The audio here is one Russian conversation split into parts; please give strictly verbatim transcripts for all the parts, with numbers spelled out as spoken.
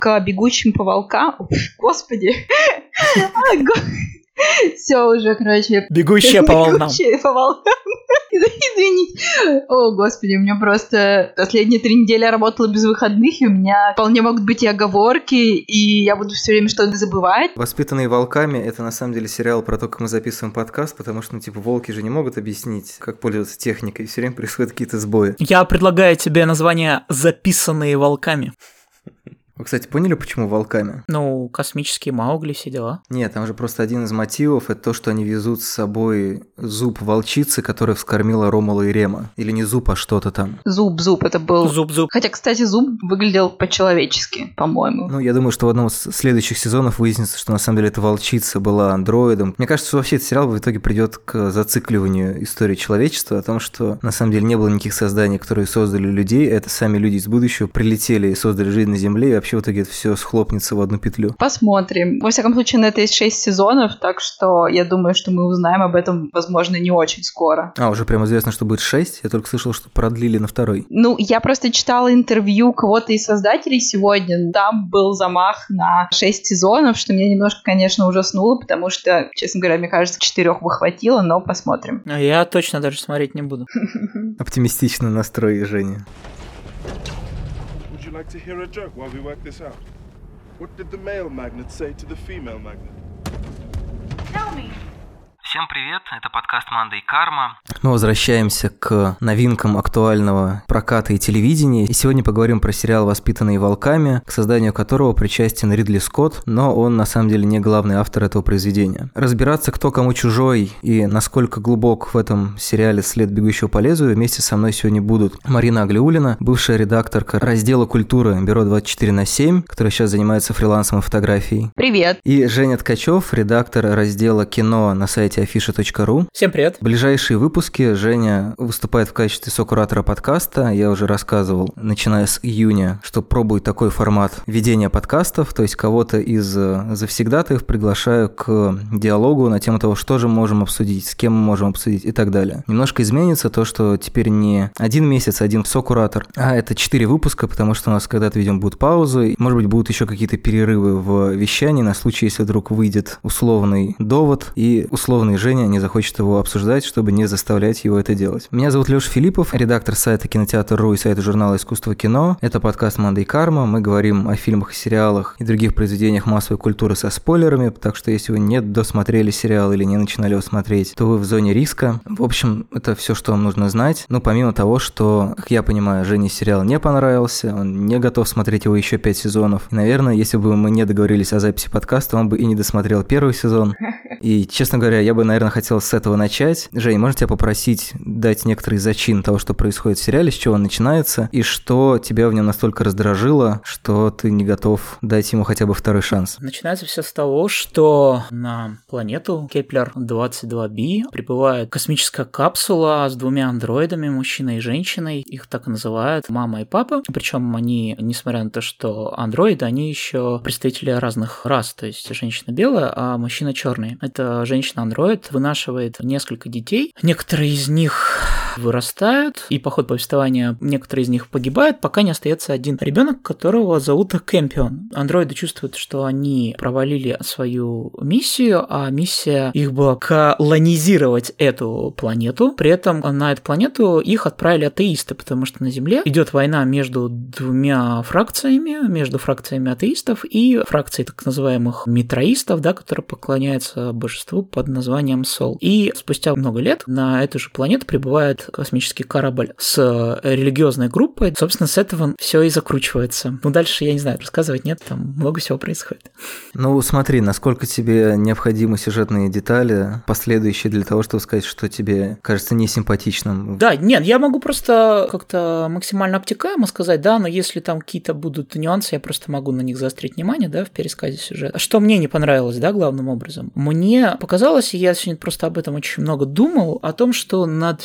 к бегущим по волкам. Господи. Все уже, короче. Бегущая по волнам. Бегущая по волнам. Извините. О, господи, у меня просто последние три недели я работала без выходных, и у меня вполне могут быть и оговорки, и я буду все время что-то забывать. «Воспитанные волками» — это на самом деле сериал про то, как мы записываем подкаст, потому что, ну, типа, волки же не могут объяснить, как пользоваться техникой, все время происходят какие-то сбои. Я предлагаю тебе название «Записанные волками». Вы, кстати, поняли, почему волками? Ну, космические Маугли, все дела. Нет, там же просто один из мотивов – это то, что они везут с собой зуб волчицы, которая вскормила Ромула и Рема. Или не зуб, а что-то там. Зуб, зуб, это был... Зуб-зуб. Хотя, кстати, зуб выглядел по-человечески, по-моему. Ну, я думаю, что в одном из следующих сезонов выяснится, что на самом деле эта волчица была андроидом. Мне кажется, что вообще этот сериал в итоге придет к зацикливанию истории человечества, о том, что на самом деле не было никаких созданий, которые создали людей, это сами люди из будущего прилетели и создали жизнь на Земле, и вообще в итоге это все схлопнется в одну петлю. Посмотрим. Во всяком случае, на это есть шесть сезонов, так что я думаю, что мы узнаем об этом, возможно, не очень скоро. А, уже прям известно, что будет шесть? Я только слышал, что продлили на второй. Ну, я просто читала интервью кого-то из создателей сегодня. Там был замах на шесть сезонов, что меня немножко, конечно, ужаснуло, потому что, честно говоря, мне кажется, четырех бы хватило, но посмотрим. А я точно даже смотреть не буду. Оптимистичный настрой, Женя. Would you like to hear a joke while we work this out? What did the male magnet say to the female magnet? Tell me. Всем привет, это подкаст «Манда и Карма». Мы возвращаемся к новинкам актуального проката и телевидения. И сегодня поговорим про сериал «Воспитанные волками», к созданию которого причастен Ридли Скотт, но он на самом деле не главный автор этого произведения. Разбираться, кто кому чужой и насколько глубок в этом сериале след бегущего по лезвию, вместе со мной сегодня будут Марина Аглиуллина, бывшая редакторка раздела культуры Бюро двадцать четыре на семь, которая сейчас занимается фрилансом и фотографией. Привет. И Женя Ткачев, редактор раздела кино на сайте афиша точка ру. Всем привет. В ближайшие выпуски Женя выступает в качестве сокуратора подкаста. Я уже рассказывал, начиная с июня, что пробует такой формат ведения подкастов, то есть кого-то из завсегдатаев приглашаю к диалогу на тему того, что же мы можем обсудить, с кем мы можем обсудить и так далее. Немножко изменится то, что теперь не один месяц, один сокуратор, а это четыре выпуска, потому что у нас когда-то, видимо, будут паузы, может быть, будут еще какие-то перерывы в вещании на случай, если вдруг выйдет условный довод и условный Женя не захочет его обсуждать, чтобы не заставлять его это делать. Меня зовут Лёша Филиппов, редактор сайта кинотеатр точка ру и сайта журнала «Искусство кино». Это подкаст «Манда и Карма». Мы говорим о фильмах и сериалах и других произведениях массовой культуры со спойлерами, так что если вы не досмотрели сериал или не начинали его смотреть, то вы в зоне риска. В общем, это все, что вам нужно знать. Ну, помимо того, что, как я понимаю, Жене сериал не понравился, он не готов смотреть его еще пять сезонов. И, наверное, если бы мы не договорились о записи подкаста, он бы и не досмотрел первый сезон. И, честно говоря, я бы, наверное, хотел с этого начать. Жень, можно тебя попросить дать некоторый зачин того, что происходит в сериале, с чего он начинается, и что тебя в нем настолько раздражило, что ты не готов дать ему хотя бы второй шанс? Начинается все с того, что на планету Кеплер двадцать два би прибывает космическая капсула с двумя андроидами, мужчиной и женщиной. Их так и называют мама и папа. Причем они, несмотря на то, что андроиды, они еще представители разных рас. То есть женщина белая, а мужчина черный. Это женщина-андроид вынашивает несколько детей. Некоторые из них вырастают, и по ходу повествования некоторые из них погибают, пока не остается один ребенок, которого зовут Кэмпион. Андроиды чувствуют, что они провалили свою миссию, а миссия их была колонизировать эту планету. При этом на эту планету их отправили атеисты, потому что на Земле идет война между двумя фракциями, между фракциями атеистов и фракцией так называемых митроистов, да, которые поклоняются божеству под названием Сол. И спустя много лет на эту же планету прибывает космический корабль с религиозной группой. Собственно, с этого все и закручивается. Ну, дальше, я не знаю, рассказывать нет, там много всего происходит. Ну, смотри, насколько тебе необходимы сюжетные детали, последующие для того, чтобы сказать, что тебе кажется несимпатичным. Да, нет, я могу просто как-то максимально обтекаемо сказать, да, но если там какие-то будут нюансы, я просто могу на них заострить внимание, да, в пересказе сюжета. Что мне не понравилось, да, главным образом? Мне показалось, и я сегодня просто об этом очень много думал, о том, что над всем этим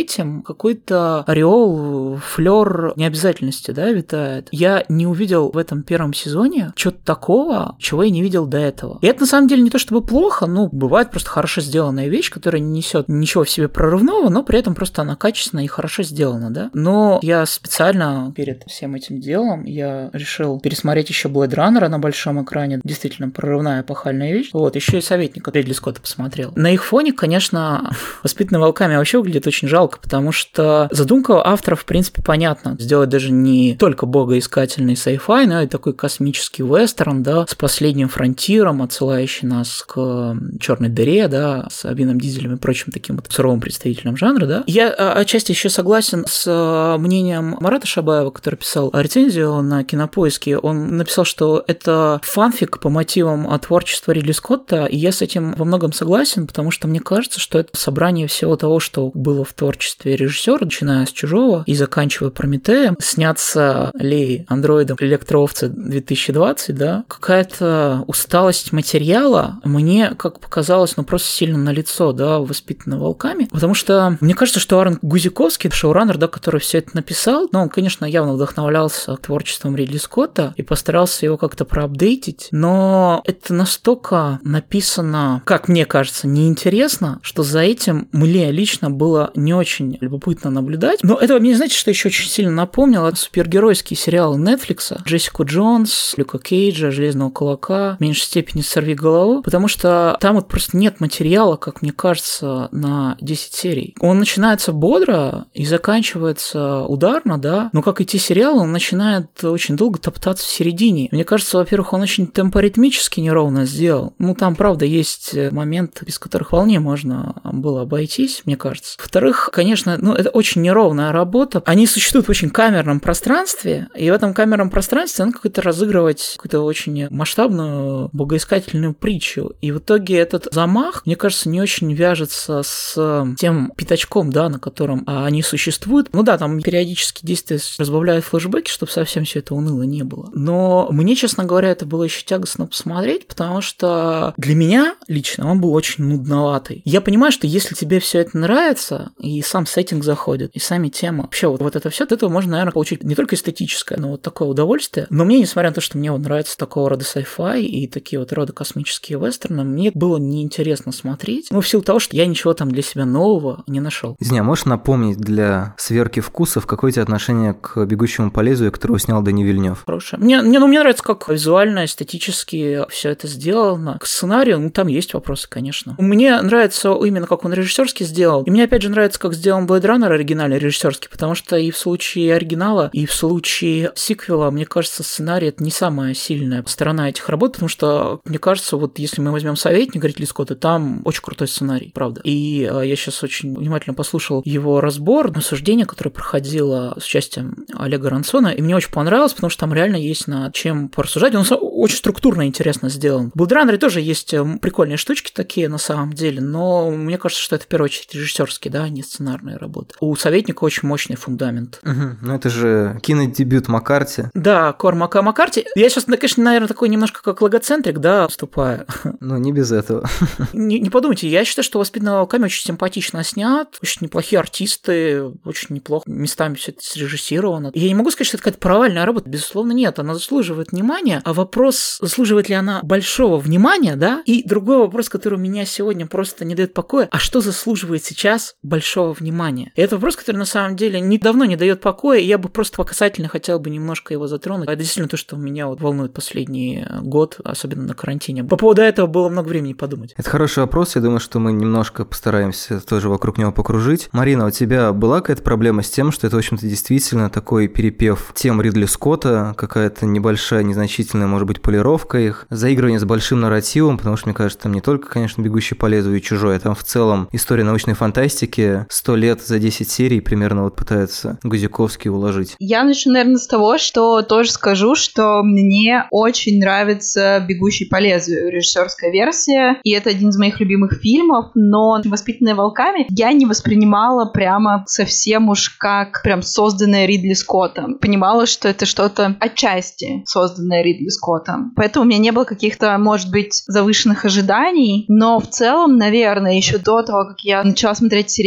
этим какой-то ореол, флёр необязательности, да, витает. Я не увидел в этом первом сезоне чего-то такого, чего я не видел до этого. И это на самом деле не то чтобы плохо, ну, бывает просто хорошо сделанная вещь, которая не несет ничего в себе прорывного, но при этом просто она качественная и хорошо сделана, да. Но я специально перед всем этим делом я решил пересмотреть еще Blade Runner на большом экране. Действительно прорывная эпохальная вещь. Вот, еще и «Советника» Ридли Скотта посмотрел. На их фоне, конечно, «Воспитанные волками» вообще выглядит очень жалко, потому что задумка авторов, в принципе, понятна. Сделать даже не только богоискательный sci-fi, но и такой космический вестерн, да, с последним фронтиром, отсылающий нас к черной дыре, да, с Вином Дизелем и прочим таким вот суровым представителем жанра, да. Я отчасти еще согласен с мнением Марата Шабаева, который писал рецензию на Кинопоиске. Он написал, что это фанфик по мотивам творчества Ридли Скотта, и я с этим во многом согласен, потому что мне кажется, что это собрание всего того, что было в творчестве режиссера, начиная с «Чужого» и заканчивая «Прометеем». Снятся ли андроидом «Электроовцы две тысячи двадцать», да, какая-то усталость материала мне, как показалось, ну просто сильно налицо, да, «Воспитанные волками», потому что мне кажется, что Аарон Гузиковский, шоураннер, да, который все это написал, ну, он, конечно, явно вдохновлялся творчеством Ридли Скотта и постарался его как-то проапдейтить, но это настолько написано, как мне кажется, неинтересно, что за этим мне лично было не очень любопытно наблюдать. Но это мне, знаете, что еще очень сильно напомнило? Супергеройские сериалы Netflix, Джессику Джонс, Люка Кейджа, Железного кулака, в меньшей степени «Сорви голову», потому что там вот просто нет материала, как мне кажется, на десять серий. Он начинается бодро и заканчивается ударно, да, но как и те сериалы, он начинает очень долго топтаться в середине. Мне кажется, во-первых, он очень темпоритмически неровно сделал. Ну, там, правда, есть моменты, без которых вполне можно было обойтись, мне кажется. Во-вторых, конечно, ну, это очень неровная работа. Они существуют в очень камерном пространстве, и в этом камерном пространстве надо как-то разыгрывать какую-то очень масштабную богоискательную притчу. И в итоге этот замах, мне кажется, не очень вяжется с тем пятачком, да, на котором они существуют. Ну да, там периодически действия разбавляют флешбеки, чтобы совсем все это уныло не было. Но мне, честно говоря, это было еще тягостно посмотреть, потому что для меня лично он был очень нудноватый. Я понимаю, что если тебе все это нравится, и сам сеттинг заходит, и сами темы, вообще вот, вот это все, от этого можно, наверное, получить не только эстетическое, но вот такое удовольствие. Но мне, несмотря на то, что мне вот нравится такого рода sci-fi и такие вот рода космические вестерны, мне было неинтересно смотреть, ну, в силу того, что я ничего там для себя нового не нашел. Извини, а можешь напомнить для сверки вкусов, какое у тебя отношение к «Бегущему по лезвию», которого снял Дани Вильнёв? Хорошее. Мне, мне, ну, мне нравится, как визуально, эстетически все это сделано. К сценарию, ну, там есть вопросы, конечно. Мне нравится именно, как он режиссерски сделал. И мне, опять же, нравится, как сделан Blade Runner оригинальный режиссерский, потому что и в случае оригинала, и в случае сиквела, мне кажется, сценарий — это не самая сильная сторона этих работ, потому что, мне кажется, вот если мы возьмем «Советник» Ридли Скотта, там очень крутой сценарий, правда. И э, я сейчас очень внимательно послушал его разбор, обсуждение, которое проходило с участием Олега Ранцона, и мне очень понравилось, потому что там реально есть над чем порассуждать. Он очень структурно и интересно сделан. В Blade Runner тоже есть прикольные штучки такие на самом деле, но мне кажется, что это в первую очередь режиссерские, да, не сценарные работы. У «Советника» очень мощный фундамент. Угу. Ну это же кинодебют Маккарти. Да, Кормака Маккарти. Я сейчас, конечно, наверное, такой немножко как логоцентрик, да, вступаю. Ну, не без этого. Не, не подумайте, я считаю, что «Воспитанные волками» очень симпатично снят, очень неплохие артисты, очень неплохо местами все это срежиссировано. Я не могу сказать, что это какая-то провальная работа, безусловно, нет, она заслуживает внимания, а вопрос, заслуживает ли она большого внимания, да, и другой вопрос, который у меня сегодня просто не дает покоя, а что заслуживает сейчас большого внимания? И это вопрос, который на самом деле недавно не дает покоя, и я бы просто по касательно хотел бы немножко его затронуть. Это действительно то, что меня вот волнует последний год, особенно на карантине. По поводу этого было много времени подумать. Это хороший вопрос, я думаю, что мы немножко постараемся тоже вокруг него покружить. Марина, у тебя была какая-то проблема с тем, что это, в общем-то, действительно такой перепев тем Ридли Скотта, какая-то небольшая, незначительная, может быть, полировка их, заигрывание с большим нарративом, потому что, мне кажется, там не только, конечно, «Бегущий по лезвию» и «Чужой», а там в целом история научной фантастики, сто лет за десять серий примерно вот пытается Гузиковский уложить. Я начну, наверное, с того, что тоже скажу, что мне очень нравится «Бегущий по лезвию», режиссерская версия, и это один из моих любимых фильмов, но «Воспитанные волками» я не воспринимала прямо совсем уж как прям созданное Ридли Скоттом. Понимала, что это что-то отчасти созданное Ридли Скоттом. Поэтому у меня не было каких-то, может быть, завышенных ожиданий, но в целом, наверное, еще до того, как я начала смотреть сериал,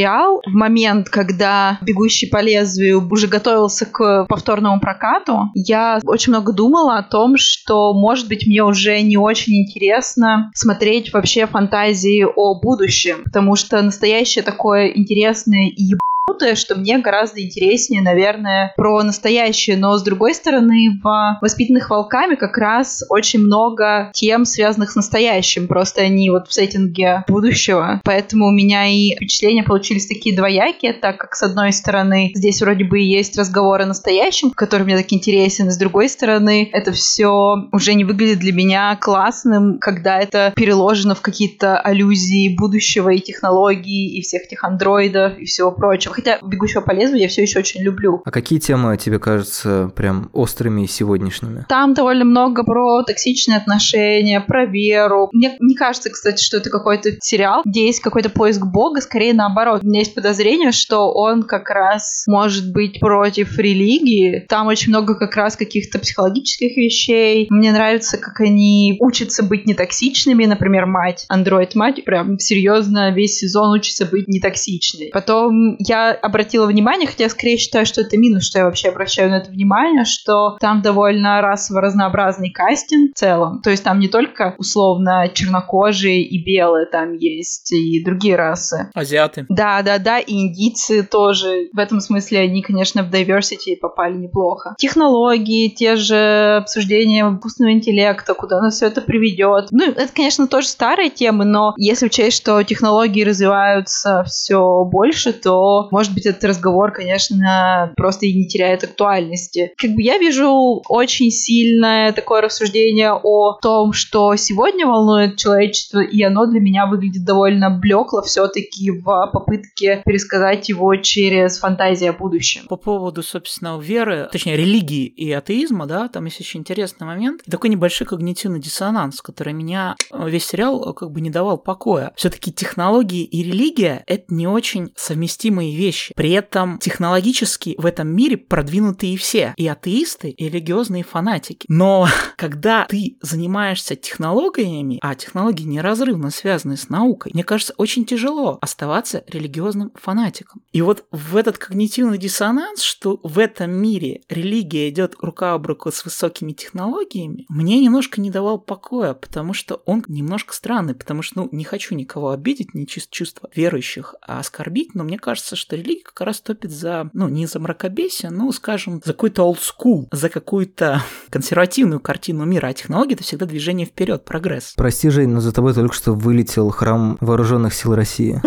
в момент, когда «Бегущий по лезвию» уже готовился к повторному прокату, я очень много думала о том, что, может быть, мне уже не очень интересно смотреть вообще фантазии о будущем, потому что настоящее такое интересное и ебанутое, что мне гораздо интереснее, наверное, про настоящее. Но, с другой стороны, в «Воспитанных волками» как раз очень много тем, связанных с настоящим. Просто они вот в сеттинге будущего. Поэтому у меня и впечатления получились такие двоякие, так как, с одной стороны, здесь вроде бы и есть разговор о настоящем, который мне так интересен, с другой стороны, это все уже не выглядит для меня классным, когда это переложено в какие-то аллюзии будущего и технологий, и всех этих андроидов, и всего прочего. Хотя «Бегущего по лезвию» я все еще очень люблю. А какие темы тебе кажутся прям острыми и сегодняшними? Там довольно много про токсичные отношения, про веру. Мне не кажется, кстати, что это какой-то сериал, где есть какой-то поиск Бога, скорее наоборот. У меня есть подозрение, что он как раз может быть против религии. Там очень много как раз каких-то психологических вещей. Мне нравится, как они учатся быть нетоксичными. Например, мать, андроид-мать, прям серьезно весь сезон учится быть нетоксичной. Потом я обратила внимание, хотя я скорее считаю, что это минус, что я вообще обращаю на это внимание, что там довольно расово разнообразный кастинг в целом. То есть там не только условно чернокожие и белые, там есть и другие расы. Азиаты. Да, да, да, и индийцы тоже. В этом смысле они, конечно, в diversity попали неплохо. Технологии, те же обсуждения искусственного интеллекта, куда нас все это приведет. Ну, это, конечно, тоже старые темы, но если учесть, что технологии развиваются все больше, то, может быть, этот разговор, конечно, просто и не теряет актуальности. Как бы я вижу очень сильное такое рассуждение о том, что сегодня волнует человечество, и оно для меня выглядит довольно блекло все-таки в попытке пересказать его через фантазию о будущем. По поводу, собственно, веры, точнее, религии и атеизма, да, там есть очень интересный момент. И такой небольшой когнитивный диссонанс, который меня весь сериал как бы не давал покоя. Все-таки технологии и религия — это не очень совместимые вещи. При этом технологически в этом мире продвинутые все. И атеисты, и религиозные фанатики. Но когда ты занимаешься технологиями, а технологии неразрывно связаны с наукой, мне кажется, очень тяжело оставаться религиозным фанатиком. И вот в этот когнитивный диссонанс, что в этом мире религия идет рука об руку с высокими технологиями, мне немножко не давал покоя, потому что он немножко странный, потому что, ну, не хочу никого обидеть, не чувства верующих, а оскорбить, но мне кажется, что религия как раз топит за, ну, не за мракобесие, ну, скажем, за какой-то old school, за какую-то консервативную картину мира, а технология — это всегда движение вперед, прогресс. Прости, Жень, но за тобой только что вылетел храм Вооруженных сил России.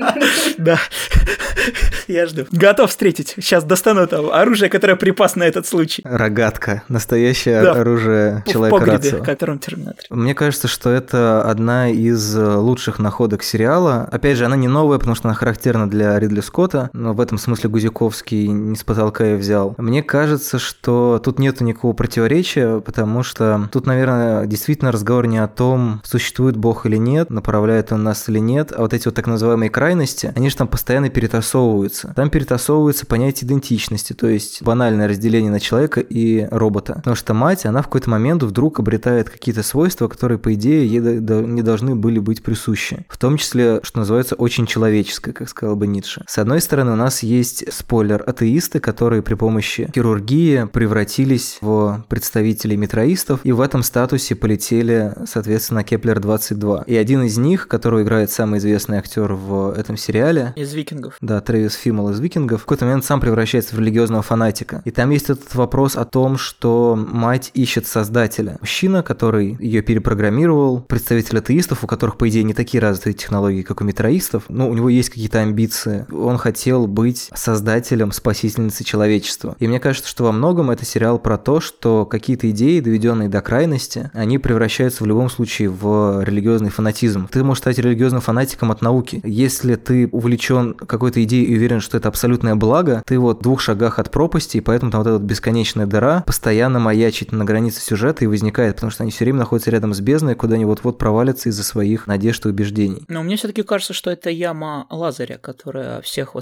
Да, я жду. Готов встретить. Сейчас достану там оружие, которое припас на этот случай. Рогатка. Настоящее да. оружие человека рацио. В котором терминаторе. Мне кажется, что это одна из лучших находок сериала. Опять же, она не новая, потому что она характерна для Ридли Скотта, но в этом смысле Гузиковский не с потолка и взял. Мне кажется, что тут нету никакого противоречия, потому что тут, наверное, действительно разговор не о том, существует Бог или нет, направляет он нас или нет, а вот эти вот так называемые крайности, они же там постоянно перетасовываются. Там перетасовывается понятие идентичности, то есть банальное разделение на человека и робота. Потому что мать, она в какой-то момент вдруг обретает какие-то свойства, которые, по идее, ей не должны были быть присущи. В том числе, что называется, очень человеческое, как сказал бы Ницше. С одной стороны, у нас есть, спойлер, атеисты, которые при помощи хирургии превратились в представителей митроистов, и в этом статусе полетели, соответственно, Кеплер двадцать два. И один из них, которого играет самый известный актер в этом сериале... Из «Викингов». Да, Трэвис Фиммел из «Викингов», в какой-то момент сам превращается в религиозного фанатика. И там есть этот вопрос о том, что мать ищет создателя. Мужчина, который ее перепрограммировал, представитель атеистов, у которых, по идее, не такие развитые технологии, как у митроистов, но у него есть какие-то амбиции. Он хотел быть создателем, спасительницей человечества. И мне кажется, что во многом это сериал про то, что какие-то идеи, доведенные до крайности, они превращаются в любом случае в религиозный фанатизм. Ты можешь стать религиозным фанатиком от науки. Если ты увлечен какой-то идеей и уверен, что это абсолютное благо, ты вот в двух шагах от пропасти, и поэтому там вот эта вот бесконечная дыра постоянно маячит на границе сюжета и возникает, потому что они все время находятся рядом с бездной, куда они вот-вот провалятся из-за своих надежд и убеждений. Но мне все-таки кажется, что это яма Лазаря, которая всех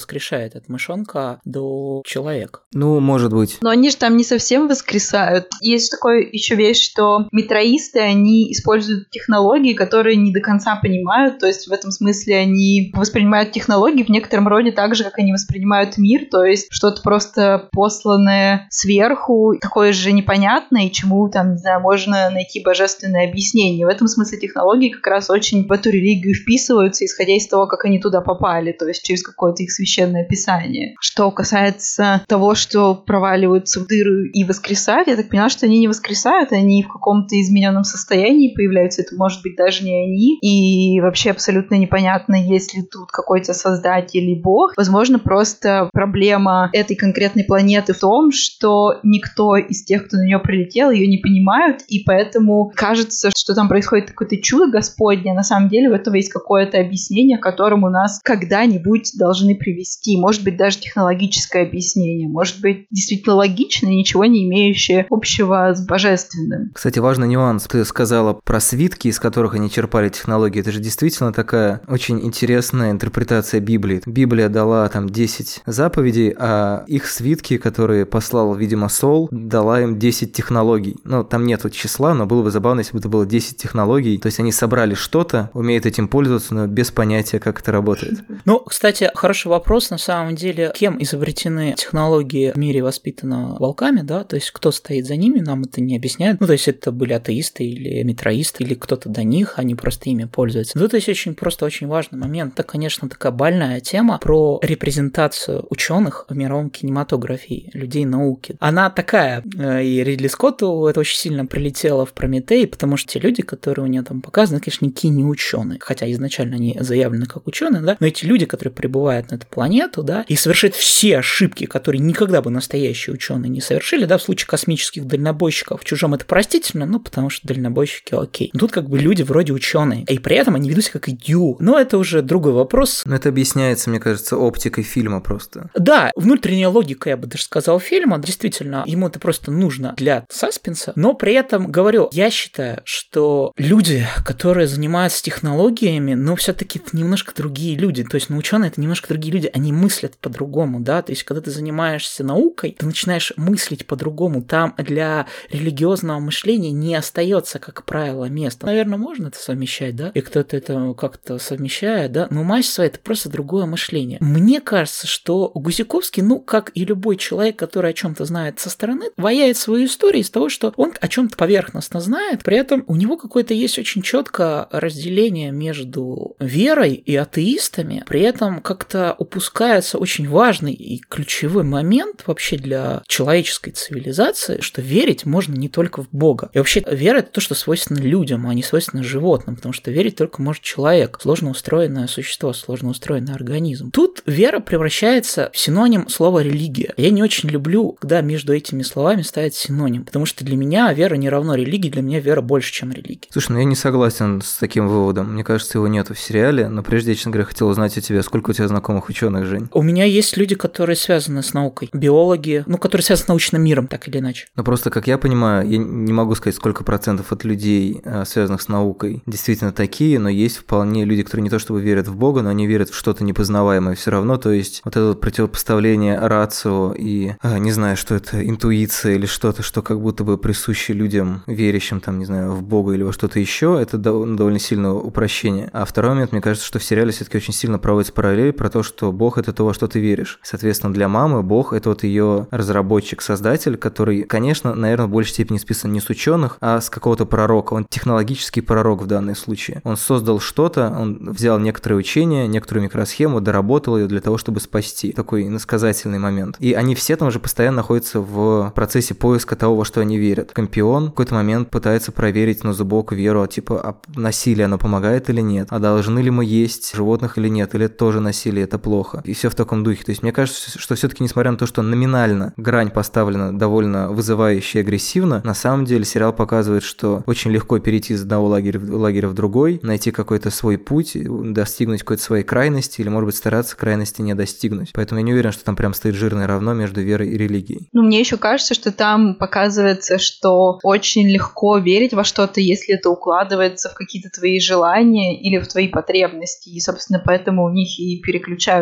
воскрешает от мышонка до человека. Ну, может быть. Но они же там не совсем воскресают. Есть такая еще вещь, что митроисты, они используют технологии, которые не до конца понимают, то есть в этом смысле они воспринимают технологии в некотором роде так же, как они воспринимают мир, то есть что-то просто посланное сверху, такое же непонятное, и чему там, не знаю, можно найти божественное объяснение. В этом смысле технологии как раз очень в эту религию вписываются, исходя из того, как они туда попали, то есть через какое-то их священное писание. Что касается того, что проваливаются в дыру и воскресают, я так поняла, что они не воскресают, они в каком-то измененном состоянии появляются, это может быть даже не они, и вообще абсолютно непонятно, есть ли тут какой-то создатель или бог. Возможно, просто проблема этой конкретной планеты в том, что никто из тех, кто на нее прилетел, ее не понимают, и поэтому кажется, что там происходит какое-то чудо Господне, а на самом деле у этого есть какое-то объяснение, к которому нас когда-нибудь должны привести. Может быть, даже технологическое объяснение, может быть, действительно логичное, ничего не имеющее общего с божественным. Кстати, важный нюанс. Ты сказала про свитки, из которых они черпали технологии. Это же действительно такая очень интересная интерпретация Библии. Библия дала там десять заповедей, а их свитки, которые послал, видимо, Сол, дала им десять технологий. Ну, там нету числа, но было бы забавно, если бы это было десять технологий. То есть они собрали что-то, умеют этим пользоваться, но без понятия, как это работает. Ну, кстати, хороший вопрос. На самом деле, кем изобретены технологии в мире, воспитанного волками, да? То есть кто стоит за ними, нам это не объясняют. Ну, то есть это были атеисты или митроисты, или кто-то до них, они просто ими пользуются. Ну, то есть очень просто очень важный момент. Это, конечно, такая больная тема про репрезентацию ученых в мировом кинематографии, людей науки. Она такая, и Ридли Скотту это очень сильно прилетело в Прометей, потому что те люди, которые у нее там показаны, конечно, никакие не ученые, хотя изначально они заявлены как ученые, да, но эти люди, которые прибывают на эту планету, да, и совершают все ошибки, которые никогда бы настоящие ученые не совершили, да, в случае космических дальнобойщиков. В «Чужом» это простительно, ну, потому что дальнобойщики окей. Но тут как бы люди вроде ученые, и при этом они ведут себя как идиоты. Но это уже другой вопрос. Но это объясняется, мне кажется, оптикой фильма просто. Да, внутренняя логика, я бы даже сказал, фильма, действительно, ему это просто нужно для саспенса, но при этом, говорю, я считаю, что люди, которые занимаются технологиями, ну, все-таки это немножко другие люди, то есть, ну, ученые это немножко другие люди, они мыслят по-другому, да, то есть, когда ты занимаешься наукой, ты начинаешь мыслить по-другому, там для религиозного мышления не остается, как правило, места. Наверное, можно это совмещать, да, и кто-то это как-то совмещает, да, но мать своя это просто другое мышление. Мне кажется, что Гусяковский, ну, как и любой человек, который о чем-то знает со стороны, ваяет свою историю из того, что он о чем-то поверхностно знает, при этом у него какое-то есть очень четкое разделение между верой и атеистами, при этом как-то упускается очень важный и ключевой момент вообще для человеческой цивилизации, что верить можно не только в Бога. И вообще вера — это то, что свойственно людям, а не свойственно животным, потому что верить только может человек, сложно устроенное существо, сложно устроенный организм. Тут вера превращается в синоним слова «религия». Я не очень люблю, когда между этими словами ставят синоним, потому что для меня вера не равно религии, для меня вера больше, чем религия. Слушай, ну я не согласен с таким выводом. Мне кажется, его нету в сериале, но прежде, честно говоря, хотел узнать у тебя, сколько у тебя знакомых ученых, Жень? У меня есть люди, которые связаны с наукой, биологи, ну, которые связаны с научным миром, так или иначе. Ну, просто, как я понимаю, я не могу сказать, сколько процентов от людей, связанных с наукой, действительно такие, но есть вполне люди, которые не то чтобы верят в Бога, но они верят в что-то непознаваемое все равно, то есть вот это вот противопоставление рацио и, не знаю, что это, интуиция или что-то, что как будто бы присуще людям, верящим, там, не знаю, в Бога или во что-то еще, это довольно сильное упрощение. А второй момент, мне кажется, что в сериале все-таки очень сильно проводится параллель про то, что Бог — это то, во что ты веришь. Соответственно, для мамы Бог — это вот ее разработчик, создатель, который, конечно, наверное, в большей степени списан не с ученых, а с какого-то пророка. Он технологический пророк в данном случае. Он создал что-то, он взял некоторые учения, некоторую микросхему, доработал ее для того, чтобы спасти. Такой иносказательный момент. И они все там же постоянно находятся в процессе поиска того, во что они верят. Компион в какой-то момент пытается проверить на зубок веру, типа, а насилие, оно помогает или нет? А должны ли мы есть животных или нет? Или это тоже насилие, это плохо? И все в таком духе. То есть мне кажется, что все-таки, несмотря на то, что номинально грань поставлена довольно вызывающе и агрессивно, на самом деле сериал показывает, что очень легко перейти из одного лагеря в, лагеря в другой, найти какой-то свой путь, достигнуть какой-то своей крайности, или, может быть, стараться крайности не достигнуть. Поэтому я не уверен, что там прям стоит жирное равно между верой и религией. Ну, мне еще кажется, что там показывается, что очень легко верить во что-то, если это укладывается в какие-то твои желания или в твои потребности. И, собственно, поэтому у них и переключаются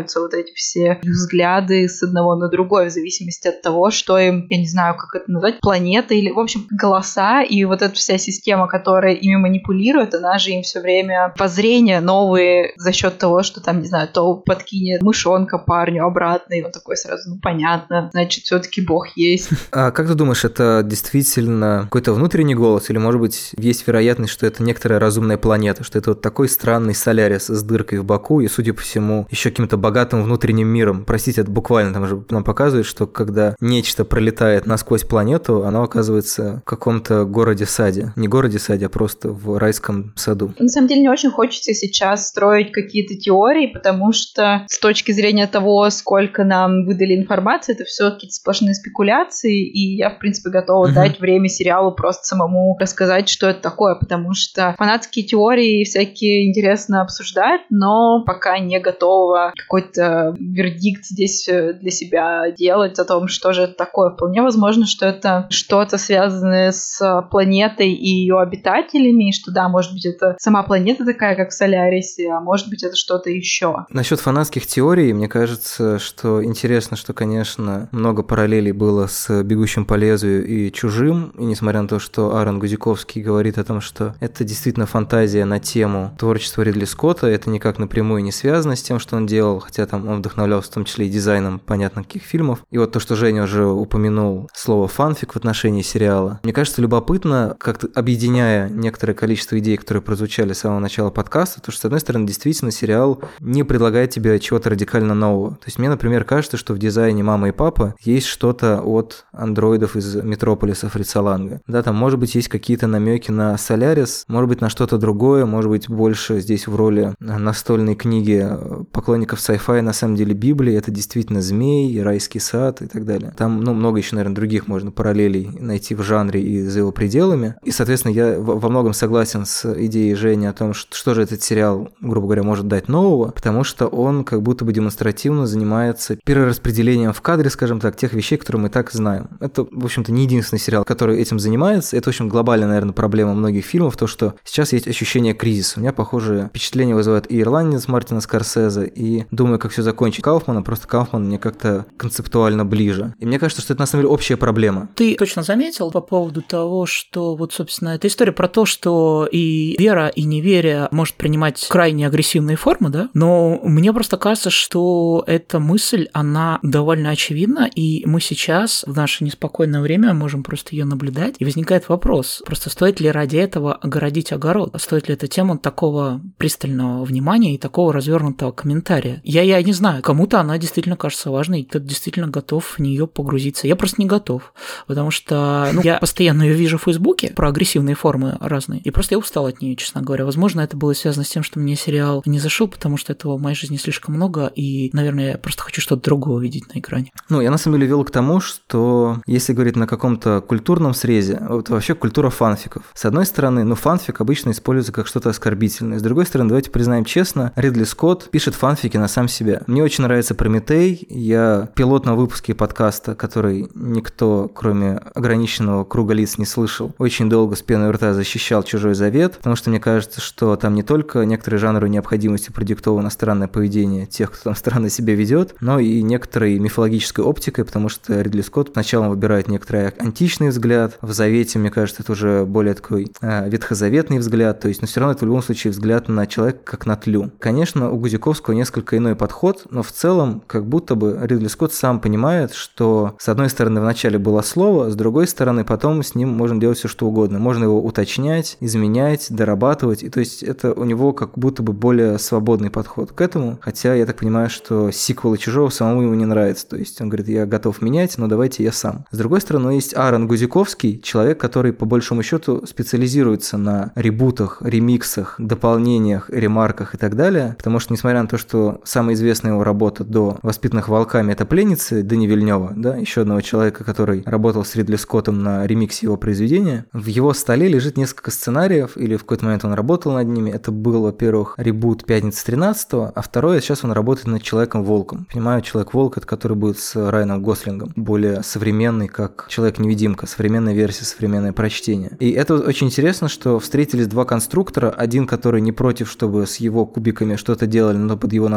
меняются вот эти все взгляды с одного на другое в зависимости от того, что им, я не знаю, как это назвать, планета или, в общем, голоса и вот эта вся система, которая ими манипулирует, она же им все время воззрения новые за счет того, что там, не знаю, то подкинет мышонка парню обратно, и он такой сразу, ну, понятно, значит, все-таки Бог есть. А как ты думаешь, это действительно какой-то внутренний голос, или, может быть, есть вероятность, что это некоторая разумная планета, что это вот такой странный Солярис с дыркой в боку и, судя по всему, еще каким-то богатым внутренним миром? Простите, это буквально там же нам показывает, что когда нечто пролетает насквозь планету, оно оказывается в каком-то городе-саде. Не городе-саде, а просто в райском саду. На самом деле, не очень хочется сейчас строить какие-то теории, потому что с точки зрения того, сколько нам выдали информации, это все какие-то сплошные спекуляции, и я, в принципе, готова uh-huh. дать время сериалу просто самому рассказать, что это такое, потому что фанатские теории всякие интересно обсуждать, но пока не готова какой-то вердикт здесь для себя делать о том, что же это такое. Вполне возможно, что это что-то связанное с планетой и ее обитателями, и что, да, может быть, это сама планета такая, как в Солярисе, а может быть, это что-то еще. Насчет фанатских теорий, мне кажется, что интересно, что, конечно, много параллелей было с «Бегущим по лезвию» и «Чужим», и несмотря на то, что Аарон Гузиковский говорит о том, что это действительно фантазия на тему творчества Ридли Скотта, это никак напрямую не связано с тем, что он делал, хотя там он вдохновлялся в том числе и дизайном понятно каких фильмов. И вот то, что Женя уже упомянул слово «фанфик» в отношении сериала, мне кажется, любопытно, как-то объединяя некоторое количество идей, которые прозвучали с самого начала подкаста, то, что, с одной стороны, действительно сериал не предлагает тебе чего-то радикально нового. То есть мне, например, кажется, что в дизайне «Мама и папа» есть что-то от андроидов из Метрополиса Фрица Ланга. Да, там, может быть, есть какие-то намеки на Солярис, может быть, на что-то другое, может быть, больше здесь в роли настольной книги поклонников sci-fi, на самом деле, Библии, это действительно змей, райский сад и так далее. Там, ну, много еще, наверное, других можно параллелей найти в жанре и за его пределами. И, соответственно, я во многом согласен с идеей Жени о том, что, что же этот сериал, грубо говоря, может дать нового, потому что он как будто бы демонстративно занимается перераспределением в кадре, скажем так, тех вещей, которые мы так знаем. Это, в общем-то, не единственный сериал, который этим занимается. Это, в общем, глобальная, наверное, проблема многих фильмов, то, что сейчас есть ощущение кризиса. У меня, похоже, впечатление вызывает и «Ирландец» Мартина Скорсезе, и «Думаю, как все закончить» Кауфмана, просто Кауфман мне как-то концептуально ближе. И мне кажется, что это, на самом деле, общая проблема. Ты точно заметил по поводу того, что вот, собственно, эта история про то, что и вера, и неверие может принимать крайне агрессивные формы, да? Но мне просто кажется, что эта мысль, она довольно очевидна, и мы сейчас в наше неспокойное время можем просто ее наблюдать, и возникает вопрос, просто стоит ли ради этого огородить огород? Стоит ли эта тема такого пристального внимания и такого развернутого комментария? Я, я не знаю, кому-то она действительно кажется важной, и кто-то действительно готов в нее погрузиться. Я просто не готов, потому что ну, я постоянно ее вижу в Фейсбуке про агрессивные формы разные, и просто я устал от нее, честно говоря. Возможно, это было связано с тем, что мне сериал не зашел, потому что этого в моей жизни слишком много, и, наверное, я просто хочу что-то другое увидеть на экране. Ну, я на самом деле вел к тому, что если говорить на каком-то культурном срезе, вот вообще культура фанфиков. С одной стороны, ну, фанфик обычно используется как что-то оскорбительное. С другой стороны, давайте признаем честно, Ридли Скотт пишет фанфики на сам себя. Мне очень нравится «Прометей». Я в пилотном выпуске подкаста, который никто, кроме ограниченного круга лиц, не слышал, очень долго с пеной у рта защищал «Чужой завет», потому что мне кажется, что там не только некоторые жанры необходимости продиктовано странное поведение тех, кто там странно себя ведет, но и некоторой мифологической оптикой, потому что Ридли Скотт сначала выбирает некоторый античный взгляд, в «Завете», мне кажется, это уже более такой э, ветхозаветный взгляд, то есть, но все равно это в любом случае взгляд на человека как на тлю. Конечно, у Гузиковского несколько иной подход, но в целом как будто бы Ридли Скотт сам понимает, что с одной стороны вначале было слово, с другой стороны потом с ним можно делать все что угодно, можно его уточнять, изменять, дорабатывать, и то есть это у него как будто бы более свободный подход к этому, хотя я так понимаю, что сиквелы «Чужого» самому ему не нравятся, то есть он говорит, я готов менять, но давайте я сам. С другой стороны, есть Аарон Гузиковский, человек, который по большому счету специализируется на ребутах, ремиксах, дополнениях, ремарках и так далее, потому что, несмотря на то, что самая известная его работа до «Воспитанных волками» — это «Пленницы» Дени Вильнёва, да, еще одного человека, который работал с Ридли Скоттом на ремиксе его произведения, в его столе лежит несколько сценариев, или в какой-то момент он работал над ними. Это был, во-первых, ребут «Пятницы тринадцатого», а второе, сейчас он работает над «Человеком-волком». Понимаю, «Человек-волк» — это который будет с Райаном Гослингом, более современный, как «Человек-невидимка», современная версия, современное прочтение. И это очень интересно, что встретились два конструктора, один, который не против, чтобы с его кубиками что-то делали, но под его надзором,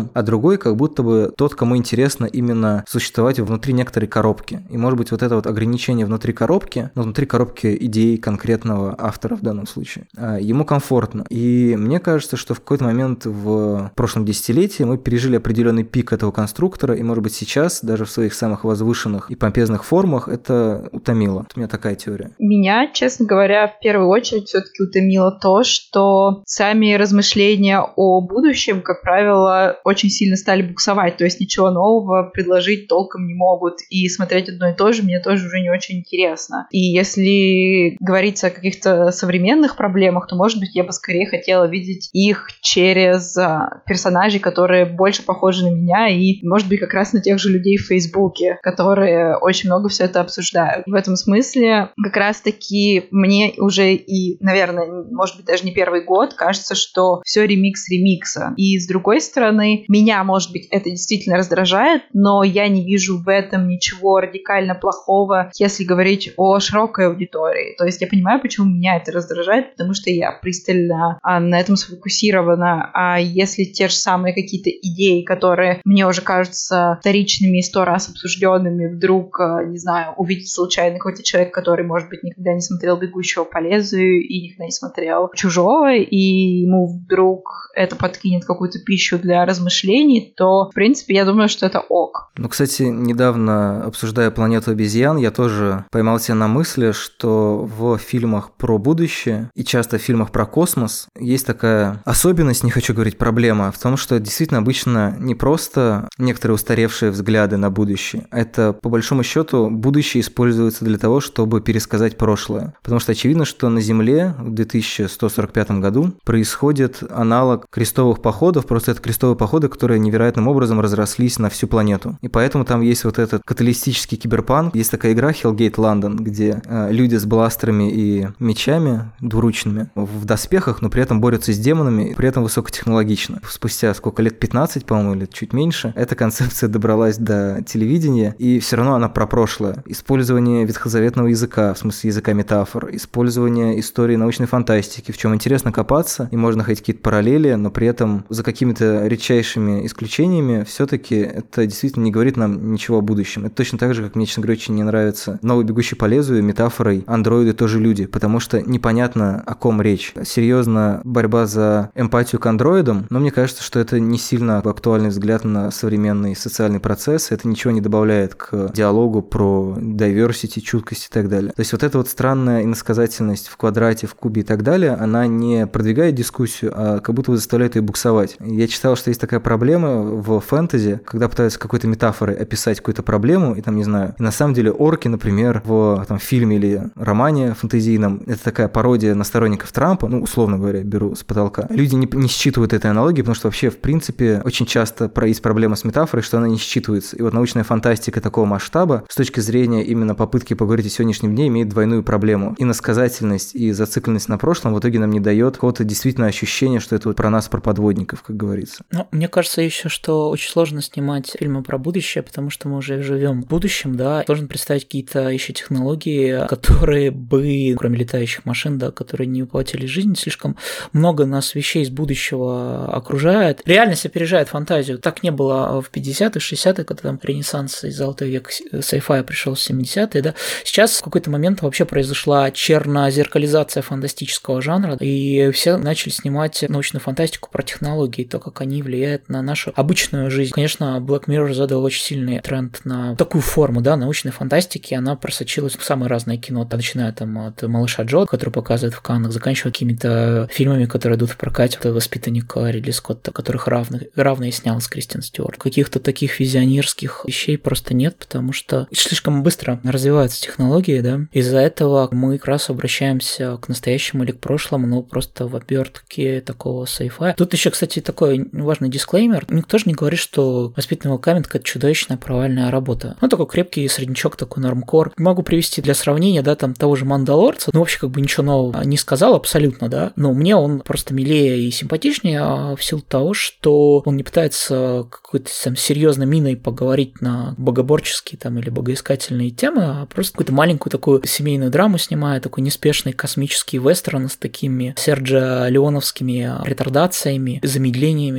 людям, а другой как будто бы тот, кому интересно именно существовать внутри некоторой коробки. И, может быть, вот это вот ограничение внутри коробки, ну, внутри коробки идей конкретного автора в данном случае, ему комфортно. И мне кажется, что в какой-то момент в прошлом десятилетии мы пережили определенный пик этого конструктора, и, может быть, сейчас, даже в своих самых возвышенных и помпезных формах, это утомило. У меня такая теория. Меня, честно говоря, в первую очередь все-таки утомило то, что сами размышления о будущем, как правило, очень сильно стали буксовать, то есть ничего нового предложить толком не могут, и смотреть одно и то же мне тоже уже не очень интересно. И если говорится о каких-то современных проблемах, то, может быть, я бы скорее хотела видеть их через персонажей, которые больше похожи на меня, и, может быть, как раз на тех же людей в Фейсбуке, которые очень много все это обсуждают. В этом смысле как раз-таки мне уже и, наверное, может быть, даже не первый год кажется, что все ремикс ремикса. И с другой стороны, меня, может быть, это действительно раздражает, но я не вижу в этом ничего радикально плохого, если говорить о широкой аудитории. То есть я понимаю, почему меня это раздражает, потому что я пристально а, на этом сфокусирована. А если те же самые какие-то идеи, которые мне уже кажутся вторичными и сто раз обсужденными, вдруг, не знаю, увидит случайно какой-то человек, который, может быть, никогда не смотрел «Бегущего по лезвию» и никогда не смотрел «Чужого», и ему вдруг это подкинет какую-то пищу для размышлений, то, в принципе, я думаю, что это ок. Ну, кстати, недавно, обсуждая «Планету обезьян», я тоже поймал себя на мысли, что в фильмах про будущее и часто в фильмах про космос есть такая особенность, не хочу говорить проблема, в том, что действительно обычно не просто некоторые устаревшие взгляды на будущее, это, по большому счету, будущее используется для того, чтобы пересказать прошлое. Потому что очевидно, что на Земле в две тысячи сто сорок пятом году происходит аналог крестовых походов, просто это крестовые походы, которые невероятным образом разрослись на всю планету. И поэтому там есть вот этот каталистический киберпанк. Есть такая игра Hellgate London, где э, люди с бластерами и мечами двуручными в доспехах, но при этом борются с демонами, и при этом высокотехнологично. Спустя сколько лет, пятнадцать, по-моему, или чуть меньше, эта концепция добралась до телевидения, и все равно она про прошлое. Использование ветхозаветного языка, в смысле языка метафор, использование истории научной фантастики, в чем интересно копаться, и можно находить какие-то параллели, но при этом за какими-то редчайшими исключениями все-таки это действительно не говорит нам ничего о будущем. Это точно так же, как мне, честно говоря, очень не нравится новый «Бегущий по лезвию» метафорой «андроиды тоже люди», потому что непонятно, о ком речь. Серьезно, борьба за эмпатию к андроидам, но мне кажется, что это не сильно актуальный взгляд на современный социальный процесс, это ничего не добавляет к диалогу про diversity, чуткость и так далее. То есть вот эта вот странная иносказательность в квадрате, в кубе и так далее, она не продвигает дискуссию, а как будто бы заставляет ее буксовать. Я читал, что есть такая проблема в фэнтези, когда пытаются какой-то метафорой описать какую-то проблему, и там, не знаю, и на самом деле орки, например, в там, фильме или романе фэнтезийном, это такая пародия на сторонников Трампа, ну, условно говоря, беру с потолка. Люди не, не считывают этой аналогии, потому что вообще, в принципе, очень часто есть проблема с метафорой, что она не считывается. И вот научная фантастика такого масштаба, с точки зрения именно попытки поговорить о сегодняшнем дне, имеет двойную проблему. Иносказательность и зацикленность на прошлом в итоге нам не дает какого-то действительно ощущения, что это вот про нас, про подводников, как говорится. Ну, мне кажется еще, что очень сложно снимать фильмы про будущее, потому что мы уже живем в будущем, да, сложно представить какие-то еще технологии, которые бы, кроме летающих машин, да, которые не воплотили жизнь, слишком много нас вещей из будущего окружает. Реальность опережает фантазию. Так не было в пятидесятых, шестидесятых, когда там ренессанс и золотой век sci-fi пришел в семидесятые, да. Сейчас в какой-то момент вообще произошла чернозеркализация фантастического жанра, и все начали снимать научную фантастику про технологии, то, как они влияют на нашу обычную жизнь. Конечно, Black Mirror задал очень сильный тренд на такую форму, да, научной фантастики, она просочилась в самое разное кино, начиная там от «Малыша Джо», который показывают в Каннах, заканчивая какими-то фильмами, которые идут в прокате, это «Воспитанник» Ридли Скотта, которых равных, равные снял с Кристен Стюарт. Каких-то таких визионерских вещей просто нет, потому что слишком быстро развиваются технологии, да, из-за этого мы как раз обращаемся к настоящему или к прошлому, но просто в обертке такого sci-fi. Тут еще, кстати, такой важный дисклеймер. Никто же не говорит, что «Воспитанный волками» — это чудовищная провальная работа. Ну, такой крепкий среднячок, такой нормкор. Могу привести для сравнения, да, там того же «Мандалорца», ну, вообще как бы ничего нового не сказал абсолютно, да, но мне он просто милее и симпатичнее а в силу того, что он не пытается какой-то там серьезной миной поговорить на богоборческие там или богоискательные темы, а просто какую-то маленькую такую семейную драму снимает, такой неспешный космический вестерн с такими Серджио Леоновскими ретардациями, замедлениями, да, бесконечными,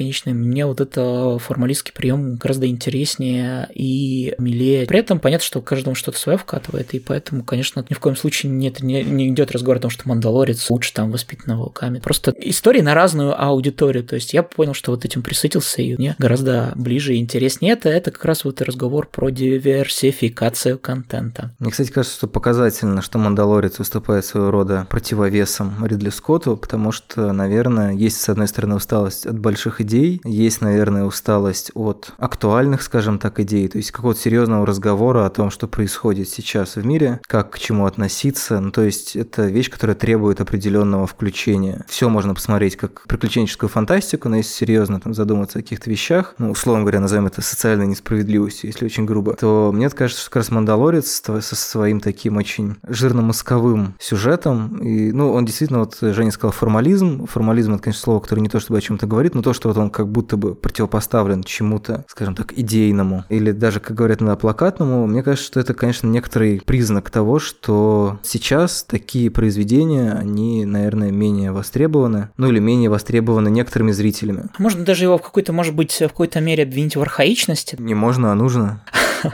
бесконечные. Мне вот это формалистский прием гораздо интереснее и милее. При этом понятно, что каждому что-то свое вкатывает, и поэтому, конечно, ни в коем случае нет, не, не идет разговор о том, что «Мандалорец» лучше там «Воспитанного волками». Просто истории на разную аудиторию. То есть я понял, что вот этим присытился, и мне гораздо ближе и интереснее это. Это как раз вот и разговор про диверсификацию контента. Мне, кстати, кажется, что показательно, что «Мандалорец» выступает своего рода противовесом Ридли Скотту, потому что, наверное, есть, с одной стороны, усталость от больших идей, есть, наверное, усталость от актуальных, скажем так, идей, то есть какого-то серьезного разговора о том, что происходит сейчас в мире, как к чему относиться. Ну, то есть это вещь, которая требует определенного включения. Все можно посмотреть как приключенческую фантастику, но если серьезно там задуматься о каких-то вещах, ну, условно говоря, назовем это социальной несправедливостью, если очень грубо, то мне кажется, что как раз «Мандалорец» со своим таким очень жирно-мозговым сюжетом, и, ну, он действительно, вот Женя сказал, формализм. Формализм — это, конечно, слово, которое не то чтобы о чем-то говорит, но то, что вот он как будто бы противопоставлен чему-то, скажем так, идейному, или даже, как говорят, на плакатному, мне кажется, что это, конечно, некоторый признак того, что сейчас такие произведения, они, наверное, менее востребованы, ну или менее востребованы некоторыми зрителями. Можно даже его в какой-то, может быть, в какой-то мере обвинить в архаичности. Не можно, а нужно.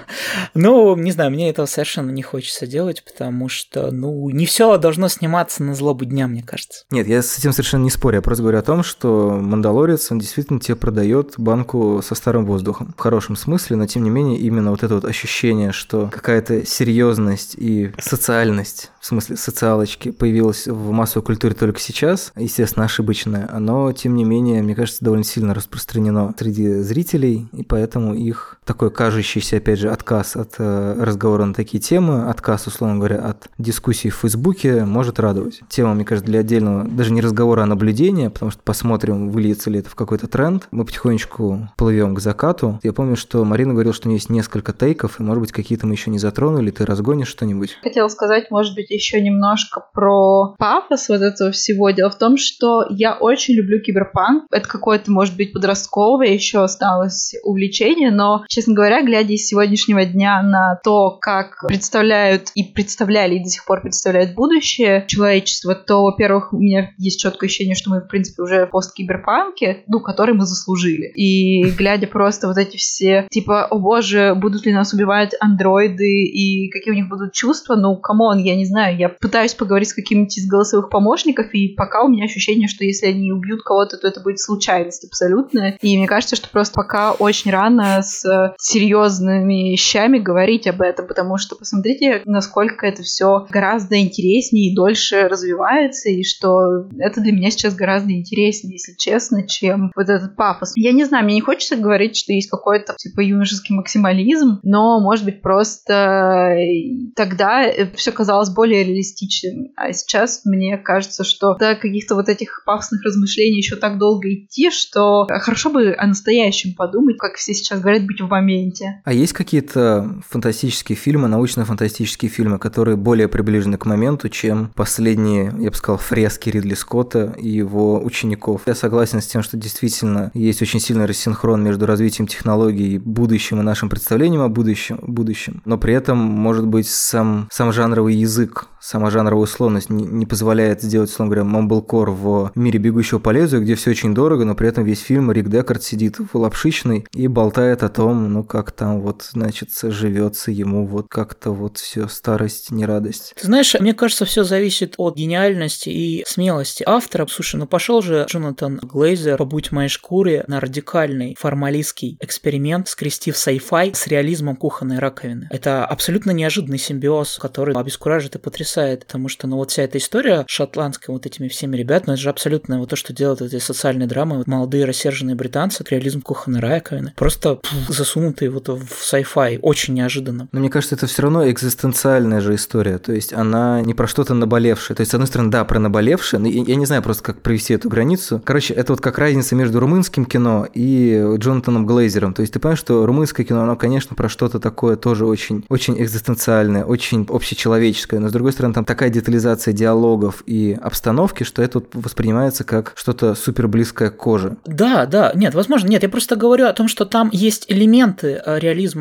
Ну, не знаю, мне этого совершенно не хочется делать, потому что, ну, не все должно сниматься на злобу дня, мне кажется. Нет, я с этим совершенно не спорю. Я просто говорю о том, что «Мандалорец», он действительно тебе продает банку со старым воздухом. В хорошем смысле, но тем не менее именно вот это вот ощущение, что какая-то серьезность и социальность, в смысле социалочки, появилась в массовой культуре только сейчас, естественно, ошибочное, оно, тем не менее, мне кажется, довольно сильно распространено среди зрителей, и поэтому их такой кажущийся, опять же, отказ от э, разговора на такие темы, отказ, условно говоря, от дискуссий в Фейсбуке может радовать. Тема, мне кажется, для отдельного, даже не разговора, а наблюдения, потому что посмотрим, выльется ли это в какой-то тренд. Мы потихонечку плывем к закату. Я помню, что Марина говорила, что у нее есть несколько тейков, и, может быть, какие-то мы еще не затронули. Ты разгонишь что-нибудь? Хотела сказать, может быть, еще немножко про пафос вот этого всего. Дело в том, что я очень люблю киберпанк. Это какое-то, может быть, подростковое еще осталось увлечение, но, честно говоря, глядя из сегодняшнего дня на то, как представляют и представляли, и до сих пор представляют будущее человечества, то, во-первых, у меня есть четкое ощущение, что мы, в принципе, уже в посткиберпанке, ну, который мы заслужили. И глядя просто вот эти все, типа, о боже, будут ли нас убивать андроиды, и какие у них будут чувства, ну, камон, я не знаю, я пытаюсь поговорить с каким-нибудь из голосовых помощников, и пока у меня ощущение, что если они убьют кого-то, то это будет случайность абсолютная. И мне кажется, что просто пока очень рано с серьезными вещами говорить об этом, потому что посмотрите, насколько это все гораздо интереснее и дольше развивается, и что это для меня сейчас гораздо интереснее, если честно, чем вот этот пафос. Я не знаю, мне не хочется говорить, что есть какой-то типа юношеский максимализм, но, может быть, просто тогда все казалось более реалистичным, а сейчас мне кажется, что до каких-то вот этих пафосных размышлений еще так долго идти, что хорошо бы о настоящем подумать, как все сейчас говорят, быть в моменте. А есть какие-то фантастические фильмы, научно-фантастические фильмы, которые более приближены к моменту, чем последние, я бы сказал, фрески Ридли Скотта и его учеников? Я согласен с тем, что действительно есть очень сильный рассинхрон между развитием технологий, будущим и нашим представлением о будущем, будущем. Но при этом, может быть, сам, сам жанровый язык, сама жанровая условность не, не позволяет сделать, условно говоря, мамблкор в мире «Бегущего по лезвию», где все очень дорого, но при этом весь фильм Рик Декард сидит в лапшичной и болтает о том, ну, как там вот, значит, живется ему вот как-то вот все старость, не радость. Ты знаешь, мне кажется, все зависит от гениальности и смелости автора. Слушай, ну пошел же Джонатан Глейзер, побудь в моей шкуре, на радикальный формалистский эксперимент, скрестив sci-fi с реализмом кухонной раковины. Это абсолютно неожиданный симбиоз, который обескуражит и потрясает, потому что, ну, вот вся эта история шотландская вот этими всеми ребятами, ну, это же абсолютно вот то, что делают эти социальные драмы, вот молодые рассерженные британцы, реализм кухонной раковины, просто пфф, засунутые вот в sci-fi, очень неожиданно. Но мне кажется, это все равно экзистенциальная же история, то есть она не про что-то наболевшее, то есть, с одной стороны, да, про наболевшее, но я, я не знаю просто, как провести эту границу. Короче, это вот как разница между румынским кино и Джонатаном Глейзером, то есть ты понимаешь, что румынское кино, оно, конечно, про что-то такое тоже очень, очень экзистенциальное, очень общечеловеческое, но, с другой стороны, там такая детализация диалогов и обстановки, что это вот воспринимается как что-то супер близкое к коже. Да, да, нет, возможно, нет, я просто говорю о том, что там есть элементы реализма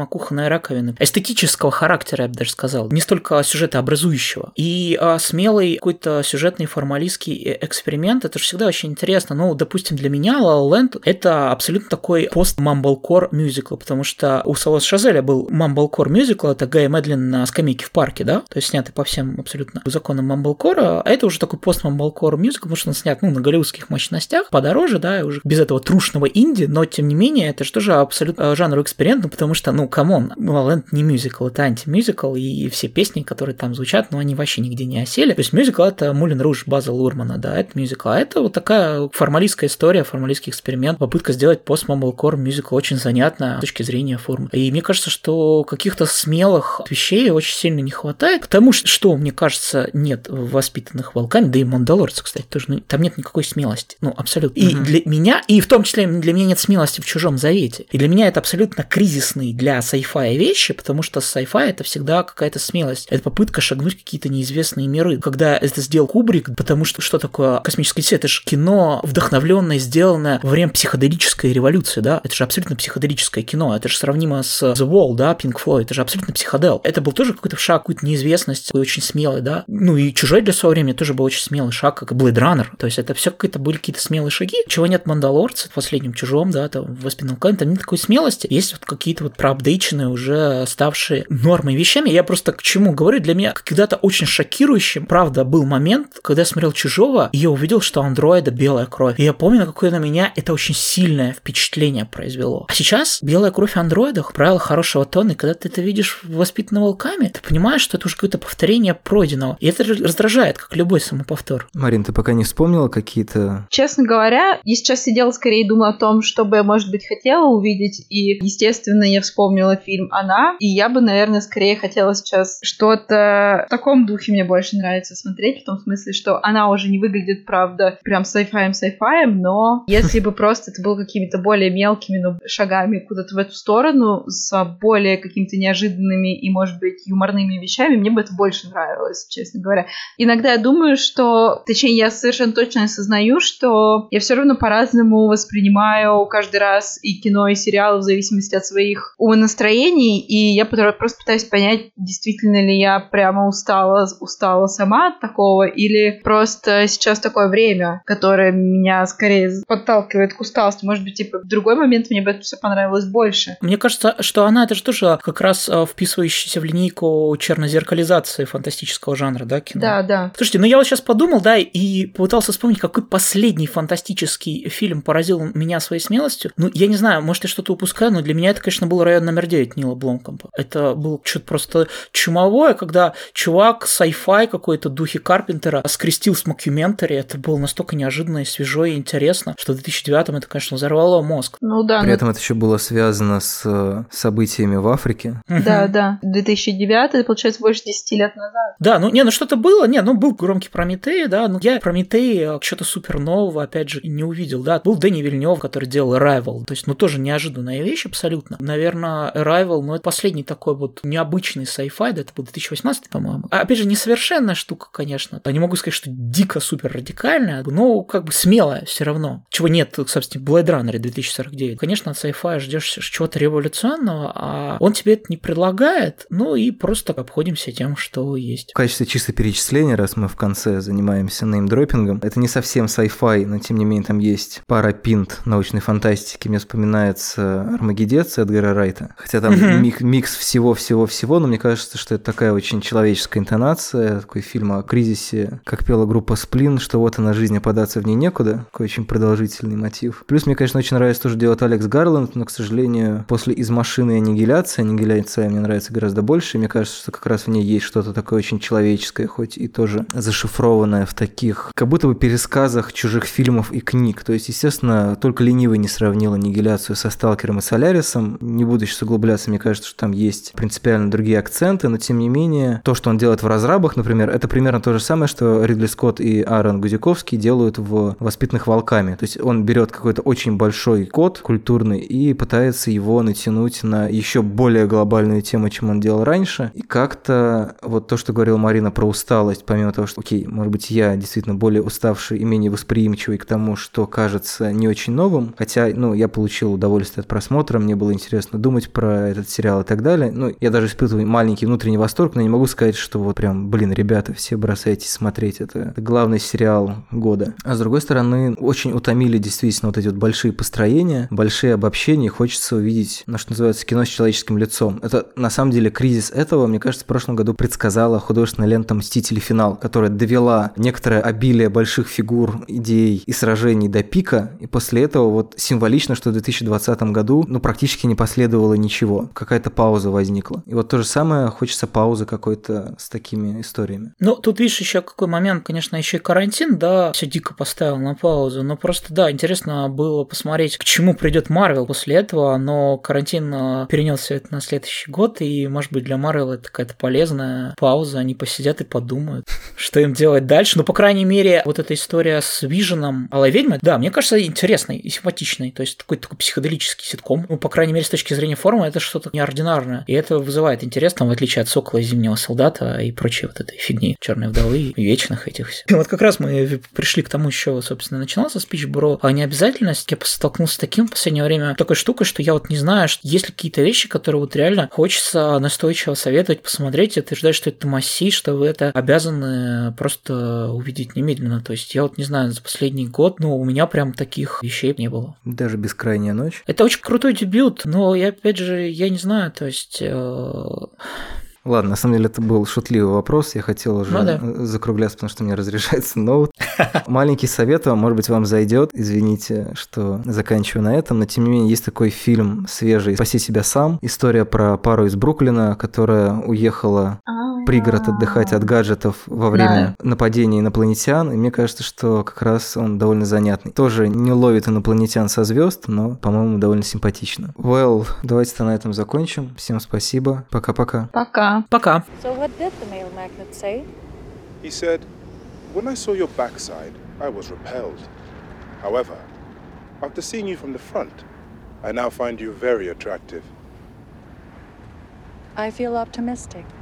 кухонной раковины. Эстетического характера, я бы даже сказал. Не столько сюжетообразующего. И а, смелый какой-то сюжетный формалистский эксперимент, это же всегда очень интересно. Ну, допустим, для меня La La Land — это абсолютно такой пост-мамблкор мюзикл, потому что у Салас Шазеля был мамблкор мюзикл, это Гай Медлин на скамейке в парке, да, то есть снятый по всем абсолютно законам мамблкора, а это уже такой пост-мамблкор мюзикл, потому что он снят, ну, на голливудских мощностях, подороже, да, и уже без этого трушного инди, но, тем не менее, это же тоже абсолютно жанровый эксперимент, ну, потому что, ну, камон, La La Land не мюзикл, это антимюзикл, и все песни, которые там звучат, ну, они вообще нигде не осели. То есть мюзикл — это Мулен Руж База Лурмана, да, это мюзикл, а это вот такая формалистская история, формалистский эксперимент, попытка сделать пост-мамблкор мюзикл очень занятно с точки зрения формы. И мне кажется, что каких-то смелых вещей очень сильно не хватает, потому что, что мне кажется, нет в «Воспитанных волками», да и «Мандалорце», кстати, тоже, ну, там нет никакой смелости, ну, абсолютно. И mm-hmm. для меня, и в том числе для меня нет смелости в «Чужом завете», и для меня это абсолютно кризисные для sci-fi вещи, потому что sci-fi — это всегда какая-то смелость, это попытка шагнуть в какие-то неизвестные миры. Когда это сделал Кубрик, потому что что такое «Космическая Одиссея»? Это же кино, вдохновленное, сделанное во время психоделической революции, да, это же абсолютно психоделическое кино, это же сравнимо с The Wall, да, Pink Floyd, это же абсолютно психодел. Это был тоже какой-то шаг, какую-то неизвестность, очень смелый, да. Ну и «Чужой» для своего времени тоже был очень смелый шаг, как и Blade Runner. То есть это все какие-то были какие-то смелые шаги. Чего нет в «Мандалорце», в последнем «Чужом», да, там в «Воспитанном волками», там нет такой смелости. Есть вот какие-то вот проапдейченные, уже ставшие нормой вещами. Я просто к чему говорю, для меня когда-то очень шокирующим, правда, был момент, когда я смотрел «Чужого», и я увидел, что у андроида белая кровь. И я помню, какое на меня это очень сильное впечатление произвело. А сейчас белая кровь андроидах, правило хорошего тона, и когда ты это видишь в «Воспитанными волками», ты понимаешь, что это уже какое-то повторение пройденного. И это раздражает, как любой самоповтор. Марин, ты пока не вспомнила какие-то... Честно говоря, я сейчас сидела скорее и думала о том, что бы я, может быть, хотела увидеть, и, естественно, я вспомнила фильм «Она», и я бы, наверное, скорее хотела сейчас что-то в таком духе мне больше нравится смотреть, в том смысле, что она уже не выглядит, правда, прям сайфаем-сайфаем, но если бы просто это было какими-то более мелкими ну, шагами куда-то в эту сторону, с более какими-то неожиданными и, может быть, юморными вещами, мне бы это больше нравилось, честно говоря. Иногда я думаю, что, точнее, я совершенно точно осознаю, что я все равно по-разному воспринимаю каждый раз и кино, и сериалы в зависимости от своих умонастроений, и я просто пытаюсь понять, действительно ли я прямо устала, устала сама от такого, или просто сейчас такое время, которое меня скорее подталкивает к усталости. Может быть, типа, в другой момент мне бы это все понравилось больше. Мне кажется, что она это же тоже как раз вписывающаяся в линейку чернозеркализации фантастического жанра, да, кино? Да, да. Слушайте, ну я вот сейчас подумал, да, и попытался вспомнить, какой последний фантастический фильм поразил меня своей смелостью. Ну, я не знаю, может, я что-то упускаю, но для меня это, конечно, был «Район номер девять» Нила Бломкампа. Это было что-то просто чумовое, когда чувак sci-fi какой-то в духе Карпентера скрестил с мокюментари. Это было настолько неожиданно и свежо и интересно, что в две тысячи девятом это, конечно, взорвало мозг. Ну да. При но... этом это еще было связано с событиями в Африке. Да, да. две тысячи девятый, получается, больше десяти лет назад. Да, ну не, ну что-то было, не, ну был громкий Прометей, да, ну я Прометей что-то супер нового, опять же, не увидел, да. Был Дэни Вильнёв, который делал Arrival, то есть, ну тоже неожиданная вещь абсолютно. Наверное, Arrival, ну это последний такой вот необычный sci-fi, да, это был две тысячи восемнадцатый, по-моему. А, опять же, несовершенная штука, конечно. Я не могу сказать, что дико супер радикальная, но как бы смелая все равно. Чего нет, собственно, в Blade Runner две тысячи сорок девять. Конечно, от sci-fi ждешь чего-то революционного, а он тебе это не предлагает, ну и просто обходимся тем, что есть. В качестве чисто перечисления, раз мы в конце занимаемся неймдропингом, это не совсем sci-fi, но тем не менее там есть пара пинт научной фантастики. Мне вспоминается «Армагеддец» Эдгара Райта. Хотя там mm-hmm. мик- микс всего-всего-всего, но мне кажется, что это такая очень человеческая интонация, такой фильм о кризисе, как пела группа «Сплин», что вот она жизнь, а податься в ней некуда. Такой очень продолжительный мотив. Плюс мне, конечно, очень нравится тоже делать Алекс Гарланд, но, к сожалению, после «Из машины» и «Аннигиляции», «Аннигиляция» мне нравится гораздо больше, и мне кажется, что как раз в ней есть что-то такое очень человеческое, хоть и тоже зашифрованное в таких, как будто бы пересказах чужих фильмов и книг. То есть, естественно, только ленивый не сравнил «Аннигиляцию» со «Сталкером» и «Солярисом». Не буду сейчас углубляться, мне кажется, что там есть принципиально другие акценты, но, тем не менее, то, что он делает в «Разрабах», например, это примерно то же самое, что Ридли Скотт и Аарон Гудзиковский делают в «Воспитанных волками». То есть, он берет какой-то очень большой код культурный и пытается его натянуть на еще более глобальную тему, чем он делал раньше. И как-то вот то, что говорила Марина про усталость, помимо того, что, окей, может быть, я действительно более уставший и менее восприимчивый к тому, что кажется не очень новым, хотя, ну, я получил удовольствие от просмотра, мне было интересно думать про этот сериал и так далее. Ну, я даже испытываю маленький внутренний восторг, но не могу сказать, что вот прям, блин, ребята, все бросайтесь смотреть. Это главный сериал года. А с другой стороны, очень утомили действительно вот эти вот большие построения, большие обобщения. Хочется увидеть, ну, что называется, кино с человеческим лицом. Это, на самом деле, кризис этого, мне кажется, в прошлом году предсказала художественная лента «Мстители. Финал», которая довела некоторое обилие больших фигур, идей и сражений до пика, и после этого вот символично, что в две тысячи двадцатом году, ну, практически не последовало ничего. Какая-то пауза возникла. И вот то же самое, хочется паузы какой-то с такими историями. Ну, тут видишь еще какой момент, конечно, еще и карантин, да, все дико поставил на паузу, но просто, да, интересно было посмотреть, к чему придет Марвел после этого, но карантин перенес все это на следующий год, и, может быть, для Марвел это какая-то полезная пауза, они посидят и подумают, что им делать дальше. Ну, по крайней мере, вот эта история с Виженом Алой Ведьмы, да, мне кажется, интересной и симпатичной, то есть такой такой психоделический ситком. Ну, по крайней мере, с точки зрения формы, это что-то неординарное, и это вызывает интерес, там, в отличие от Сокола и Зимнего солдата и прочей вот этой фигни, Черной вдовы, вечных этих всех. И вот как раз мы пришли к тому, еще, собственно, начинался спич про необязательность. Я столкнулся с таким в последнее время такой штукой, что я вот не знаю, что есть ли какие-то вещи, которые вот реально хочется настойчиво советовать, посмотреть и утверждать, что это масси, что вы это обязаны просто увидеть немедленно. То есть я вот не знаю, за последний год, ну, у меня прям таких вещей не было. Даже «Бескрайняя ночь». Это очень крутой дебют, но я, опять же, я не знаю, то есть... Э... Ладно, на самом деле это был шутливый вопрос, я хотел уже ну, да. закругляться, потому что мне разрешается ноут. Маленький совет вам, может быть, вам зайдет. Извините, что заканчиваю на этом, но тем не менее есть такой фильм свежий «Спаси себя сам». История про пару из Бруклина, которая уехала в пригород отдыхать от гаджетов во время да. нападения инопланетян, и мне кажется, что как раз он довольно занятный. Тоже не ловит инопланетян со звезд, но, по-моему, довольно симпатично. Well, давайте на этом закончим. Всем спасибо. Пока-пока. Пока. Пока. So what did the male magnet say? He said, "When I saw your backside, I was repelled. However, after seeing you from the front, I now find you very attractive." I feel optimistic.